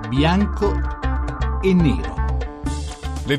bianco e nero. Le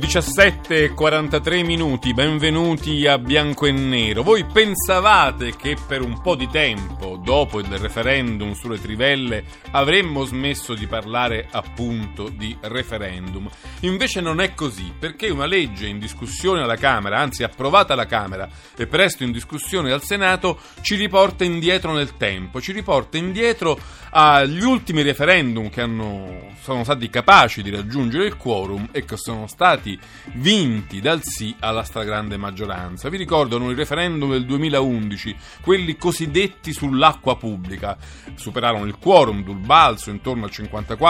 17:43 minuti, benvenuti a Bianco e Nero. Voi pensavate che per un po' di tempo, dopo il referendum sulle trivelle, avremmo smesso di parlare appunto di referendum. Invece non è così, perché una legge in discussione alla Camera, anzi approvata alla Camera e presto in discussione al Senato, ci riporta indietro nel tempo, ci riporta indietro agli ultimi referendum che sono stati capaci di raggiungere il quorum e che sono stati vinti dal sì alla stragrande maggioranza. Vi ricordano il referendum del 2011, quelli cosiddetti sull'acqua pubblica, superarono il quorum sul balzo intorno al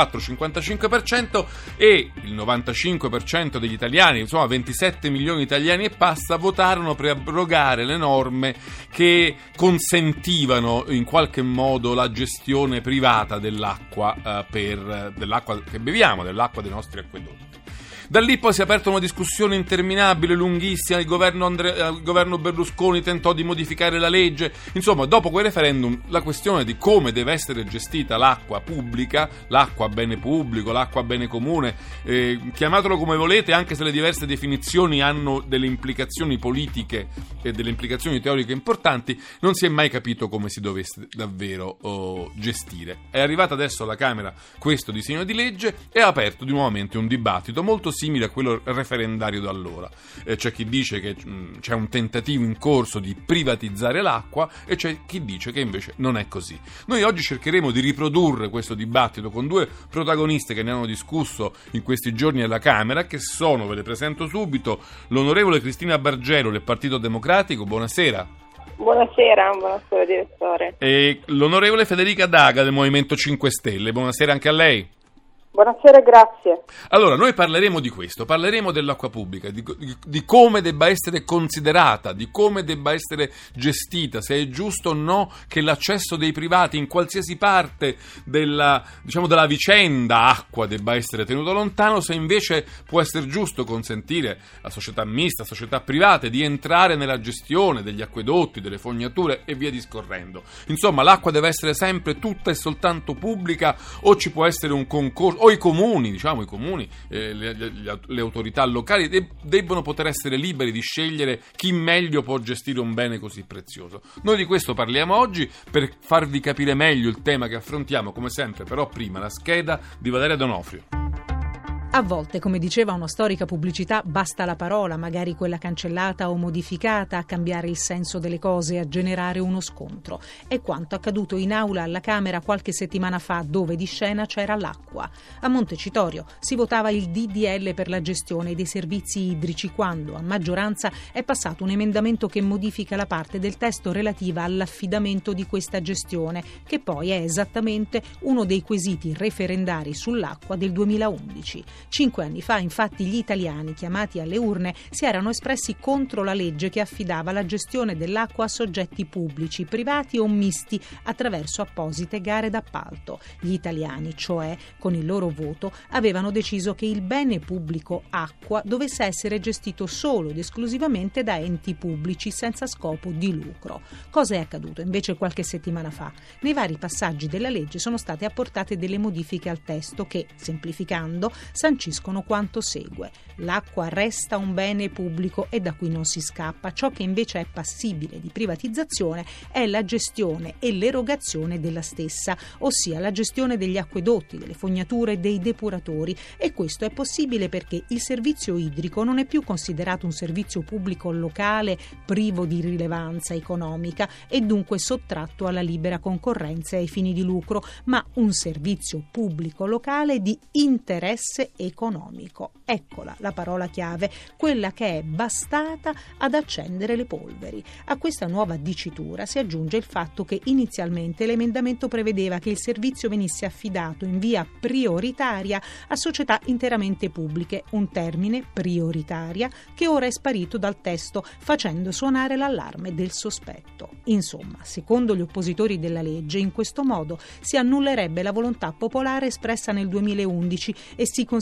54-55% e il 95% degli italiani, insomma 27 milioni di italiani e passa, votarono per abrogare le norme che consentivano in qualche modo la gestione privata dell'acqua, dell'acqua che beviamo, dell'acqua dei nostri acquedotti. Da lì poi si è aperta una discussione interminabile, lunghissima, il governo Berlusconi tentò di modificare la legge, insomma dopo quel referendum la questione di come deve essere gestita l'acqua pubblica, l'acqua bene pubblico, l'acqua bene comune, chiamatelo come volete, anche se le diverse definizioni hanno delle implicazioni politiche e delle implicazioni teoriche importanti, non si è mai capito come si dovesse davvero gestire. È arrivato adesso alla Camera questo disegno di legge e ha aperto di nuovamente un dibattito molto simile a quello referendario d'allora. C'è chi dice che c'è un tentativo in corso di privatizzare l'acqua e c'è chi dice che invece non è così. Noi oggi cercheremo di riprodurre questo dibattito con due protagoniste che ne hanno discusso in questi giorni alla Camera, che sono, ve le presento subito, l'onorevole Cristina Bargero del Partito Democratico. Buonasera. Buonasera direttore. E l'onorevole Federica Daga del Movimento 5 Stelle. Buonasera anche a lei. Buonasera, grazie. Allora, noi parleremo di questo, parleremo dell'acqua pubblica, di come debba essere considerata, di come debba essere gestita, se è giusto o no che l'accesso dei privati in qualsiasi parte della vicenda acqua debba essere tenuto lontano, se invece può essere giusto consentire a società miste, a società private di entrare nella gestione degli acquedotti, delle fognature e via discorrendo. Insomma, l'acqua deve essere sempre tutta e soltanto pubblica o ci può essere un concorso, o i comuni, le autorità locali debbono poter essere liberi di scegliere chi meglio può gestire un bene così prezioso. Noi di questo parliamo oggi per farvi capire meglio il tema che affrontiamo, come sempre, però prima la scheda di Valeria D'Onofrio. A volte, come diceva una storica pubblicità, basta la parola, magari quella cancellata o modificata, a cambiare il senso delle cose e a generare uno scontro. È quanto accaduto in aula alla Camera qualche settimana fa, dove di scena c'era l'acqua. A Montecitorio si votava il DDL per la gestione dei servizi idrici quando, a maggioranza, è passato un emendamento che modifica la parte del testo relativa all'affidamento di questa gestione, che poi è esattamente uno dei quesiti referendari sull'acqua del 2011. 5 anni fa, infatti, gli italiani chiamati alle urne si erano espressi contro la legge che affidava la gestione dell'acqua a soggetti pubblici, privati o misti attraverso apposite gare d'appalto. Gli italiani, cioè, con il loro voto, avevano deciso che il bene pubblico acqua dovesse essere gestito solo ed esclusivamente da enti pubblici senza scopo di lucro. Cosa è accaduto invece qualche settimana fa? Nei vari passaggi della legge sono state apportate delle modifiche al testo che, semplificando, sanciscono quanto segue. L'acqua resta un bene pubblico e da cui non si scappa. Ciò che invece è passibile di privatizzazione è la gestione e l'erogazione della stessa, ossia la gestione degli acquedotti, delle fognature e dei depuratori, e questo è possibile perché il servizio idrico non è più considerato un servizio pubblico locale privo di rilevanza economica e dunque sottratto alla libera concorrenza ai fini di lucro, ma un servizio pubblico locale di interesse economico. Eccola la parola chiave, quella che è bastata ad accendere le polveri. A questa nuova dicitura si aggiunge il fatto che inizialmente l'emendamento prevedeva che il servizio venisse affidato in via prioritaria a società interamente pubbliche, un termine, prioritaria, che ora è sparito dal testo, facendo suonare l'allarme del sospetto. Insomma, secondo gli oppositori della legge, in questo modo si annullerebbe la volontà popolare espressa nel 2011 e si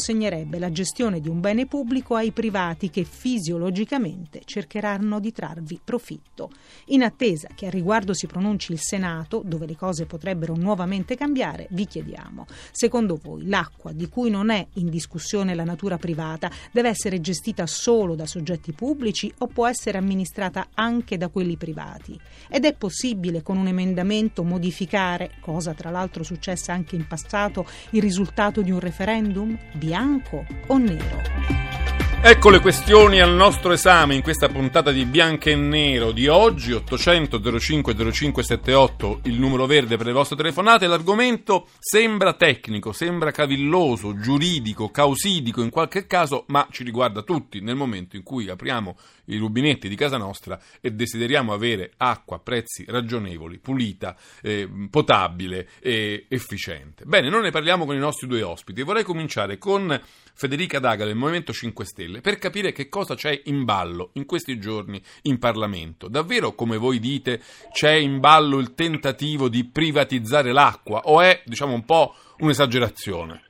consegnerebbe la gestione di un bene pubblico ai privati che fisiologicamente cercheranno di trarvi profitto. In attesa che a riguardo si pronunci il Senato, dove le cose potrebbero nuovamente cambiare, vi chiediamo: secondo voi l'acqua, di cui non è in discussione la natura privata, deve essere gestita solo da soggetti pubblici o può essere amministrata anche da quelli privati? Ed è possibile con un emendamento modificare, cosa tra l'altro successa anche in passato, il risultato di un referendum? Bianco o nero? Ecco le questioni al nostro esame in questa puntata di Bianco e Nero di oggi. 800 05 0578 il numero verde per le vostre telefonate. L'argomento sembra tecnico, sembra cavilloso, giuridico, causidico in qualche caso, ma ci riguarda tutti nel momento in cui apriamo i rubinetti di casa nostra e desideriamo avere acqua a prezzi ragionevoli, pulita, potabile e efficiente. Bene, noi ne parliamo con i nostri due ospiti e vorrei cominciare con Federica Daga del Movimento 5 Stelle per capire che cosa c'è in ballo in questi giorni in Parlamento. Davvero, come voi dite, c'è in ballo il tentativo di privatizzare l'acqua o è, diciamo, un po' un'esagerazione?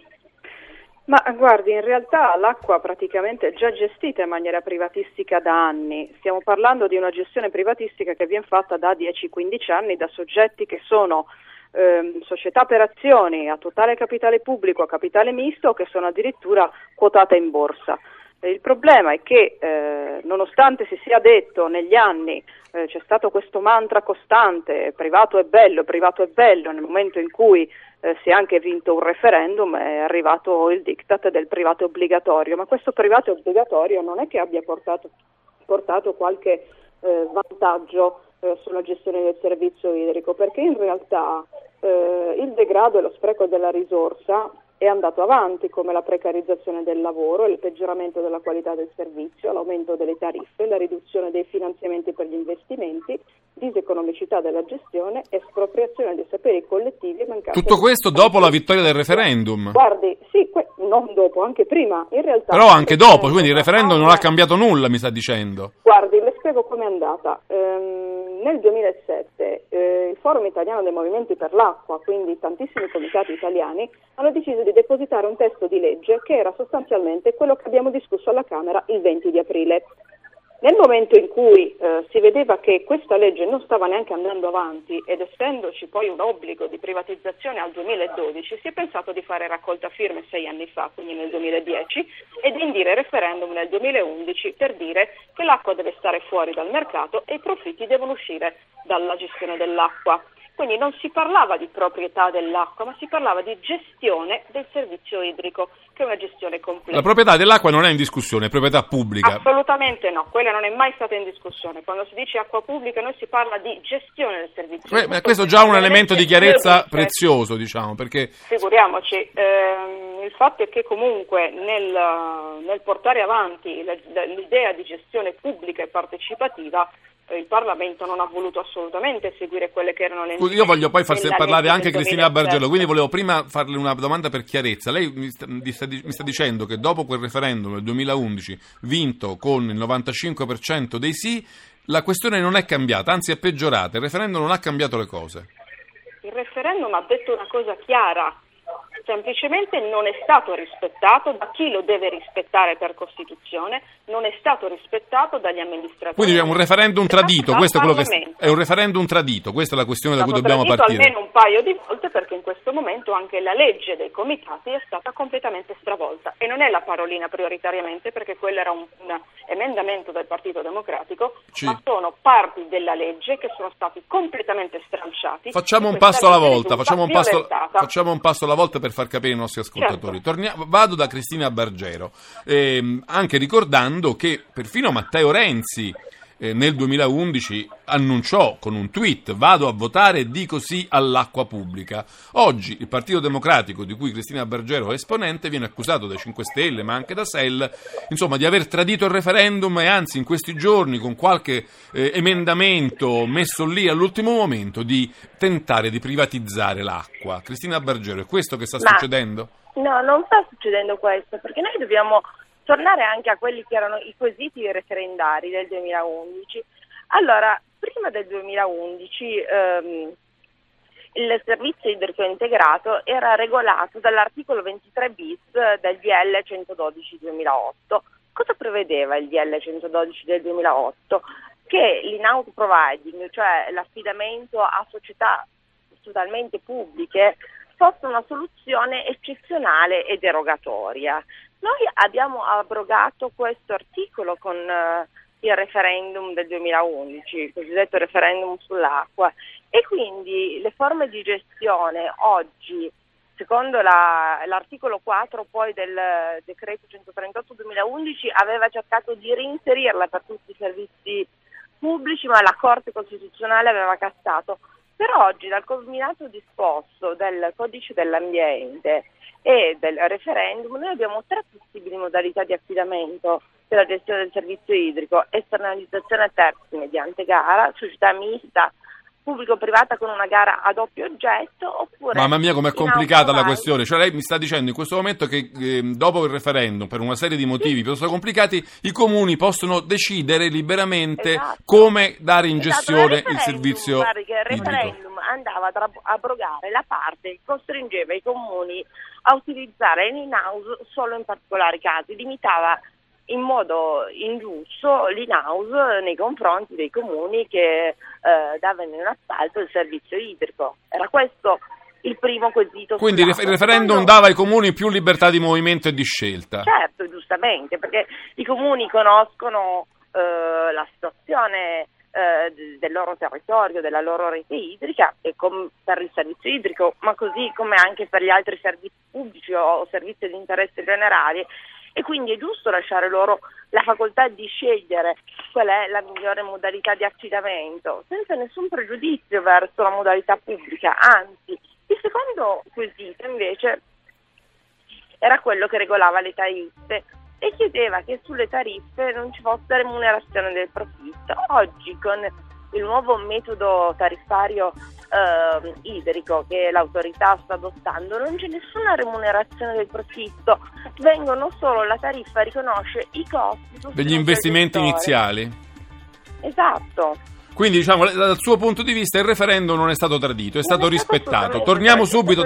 Ma guardi, in realtà l'acqua praticamente è già gestita in maniera privatistica da anni. Stiamo parlando di una gestione privatistica che viene fatta da 10-15 anni da soggetti che sono società per azioni a totale capitale pubblico, a capitale misto, che sono addirittura quotate in borsa. Il problema è che nonostante si sia detto negli anni, c'è stato questo mantra costante, privato è bello, nel momento in cui si è anche vinto un referendum è arrivato il diktat del privato obbligatorio, ma questo privato obbligatorio non è che abbia portato qualche vantaggio sulla gestione del servizio idrico, perché in realtà il degrado e lo spreco della risorsa è andato avanti, come la precarizzazione del lavoro, il peggioramento della qualità del servizio, l'aumento delle tariffe, la riduzione dei finanziamenti per gli investimenti, diseconomicità della gestione, espropriazione dei saperi collettivi e mancanza. Tutto questo dopo la vittoria del referendum? Guardi, sì, non dopo, anche prima, in realtà. Però anche dopo, quindi il referendum non ha cambiato nulla, mi sta dicendo. Guardi, le spiego com'è andata. Nel 2007 il Forum Italiano dei Movimenti per l'Acqua, quindi tantissimi comitati italiani, hanno deciso di depositare un testo di legge che era sostanzialmente quello che abbiamo discusso alla Camera il 20 di aprile. Nel momento in cui si vedeva che questa legge non stava neanche andando avanti ed essendoci poi un obbligo di privatizzazione al 2012, si è pensato di fare raccolta firme 6 anni fa, quindi nel 2010, e di indire referendum nel 2011 per dire che l'acqua deve stare fuori dal mercato e i profitti devono uscire dalla gestione dell'acqua. Quindi non si parlava di proprietà dell'acqua, ma si parlava di gestione del servizio idrico, che è una gestione complessa. La proprietà dell'acqua non è in discussione, è proprietà pubblica. Assolutamente no, quella non è mai stata in discussione. Quando si dice acqua pubblica noi si parla di gestione del servizio idrico. Questo è già un elemento di chiarezza prezioso, diciamo, perché... Figuriamoci, il fatto è che comunque nel portare avanti l'idea di gestione pubblica e partecipativa, il Parlamento non ha voluto assolutamente seguire quelle che erano le... Io voglio poi far parlare anche Cristina Bargello, quindi volevo prima farle una domanda per chiarezza. Lei mi sta dicendo che dopo quel referendum del 2011 vinto con il 95% dei sì, la questione non è cambiata, anzi è peggiorata, il referendum non ha cambiato le cose. Il referendum ha detto una cosa chiara, semplicemente non è stato rispettato da chi lo deve rispettare per Costituzione, non è stato rispettato dagli amministratori. Quindi è un referendum tradito, questo è quello che è un referendum tradito, questa è la questione da cui dobbiamo partire. Almeno un paio di volte, perché in questo momento anche la legge dei comitati è stata completamente stravolta e non è la parolina prioritariamente, perché quello era un emendamento del Partito Democratico, sì, ma sono parti della legge che sono stati completamente stralciati. Facciamo un passo alla volta, facciamo un passo alla volta per far capire ai nostri ascoltatori. Certo. Vado da Cristina Bargero, anche ricordando che perfino Matteo Renzi nel 2011 annunciò con un tweet: vado a votare e dico sì all'acqua pubblica. Oggi il Partito Democratico, di cui Cristina Bargero è esponente, viene accusato dai 5 Stelle ma anche da SEL, insomma, di aver tradito il referendum e anzi in questi giorni con qualche emendamento messo lì all'ultimo momento di tentare di privatizzare l'acqua. Cristina Bargero, è questo che sta succedendo? No, non sta succedendo questo, perché noi dobbiamo tornare anche a quelli che erano i quesiti referendari del 2011. Allora, prima del 2011 il servizio idrico integrato era regolato dall'articolo 23 bis del DL 112 2008. Cosa prevedeva il DL 112 del 2008? Che l'in-house providing, cioè l'affidamento a società totalmente pubbliche, fosse una soluzione eccezionale e derogatoria. Noi abbiamo abrogato questo articolo con il referendum del 2011, il cosiddetto referendum sull'acqua, e quindi le forme di gestione oggi, secondo l'articolo 4 poi del decreto 138-2011, aveva cercato di reinserirla per tutti i servizi pubblici, ma la Corte Costituzionale aveva cassato. Per oggi, dal combinato disposto del Codice dell'Ambiente e del referendum, noi abbiamo 3 possibili modalità di affidamento per la gestione del servizio idrico: esternalizzazione a terzi mediante gara, società mista, pubblico-privata con una gara a doppio oggetto, oppure... Mamma mia, com'è complicata la questione. Cioè lei mi sta dicendo in questo momento che dopo il referendum, per una serie di motivi piuttosto complicati, i comuni possono decidere liberamente come dare in gestione il servizio guardi che il referendum andava ad abrogare la parte che costringeva i comuni a utilizzare l'in-house solo in particolari casi, limitava in modo ingiusto l'in-house nei confronti dei comuni che davano in appalto il servizio idrico. Era questo il primo quesito. Quindi il referendum dava ai comuni più libertà di movimento e di scelta. Certo, giustamente, perché i comuni conoscono la situazione del loro territorio, della loro rete idrica, e per il servizio idrico, ma così come anche per gli altri servizi pubblici o servizi di interesse generale. E quindi è giusto lasciare loro la facoltà di scegliere qual è la migliore modalità di affidamento, senza nessun pregiudizio verso la modalità pubblica. Anzi, il secondo quesito invece era quello che regolava le tariffe e chiedeva che sulle tariffe non ci fosse remunerazione del profitto. Oggi, con il nuovo metodo tariffario idrico che l'autorità sta adottando, non c'è nessuna remunerazione del profitto, la tariffa riconosce i costi degli investimenti iniziali. Esatto. Quindi, diciamo, dal suo punto di vista il referendum non è stato tradito, è stato rispettato. Torniamo subito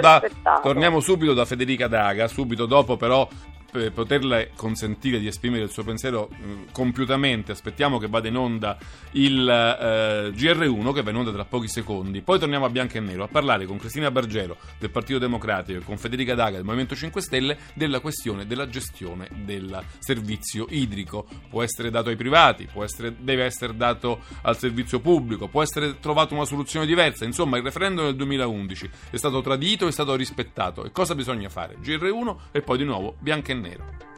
da Federica Daga, subito dopo però, per poterle consentire di esprimere il suo pensiero compiutamente. Aspettiamo che vada in onda il GR1, che va in onda tra pochi secondi. Poi torniamo a Bianco e Nero a parlare con Cristina Bargelo del Partito Democratico e con Federica Daga del Movimento 5 Stelle della questione della gestione del servizio idrico. Può essere dato ai privati, deve essere dato al servizio pubblico, può essere trovata una soluzione diversa. Insomma, il referendum del 2011 è stato tradito, è stato rispettato. E cosa bisogna fare? GR1 e poi di nuovo Bianco e Nero.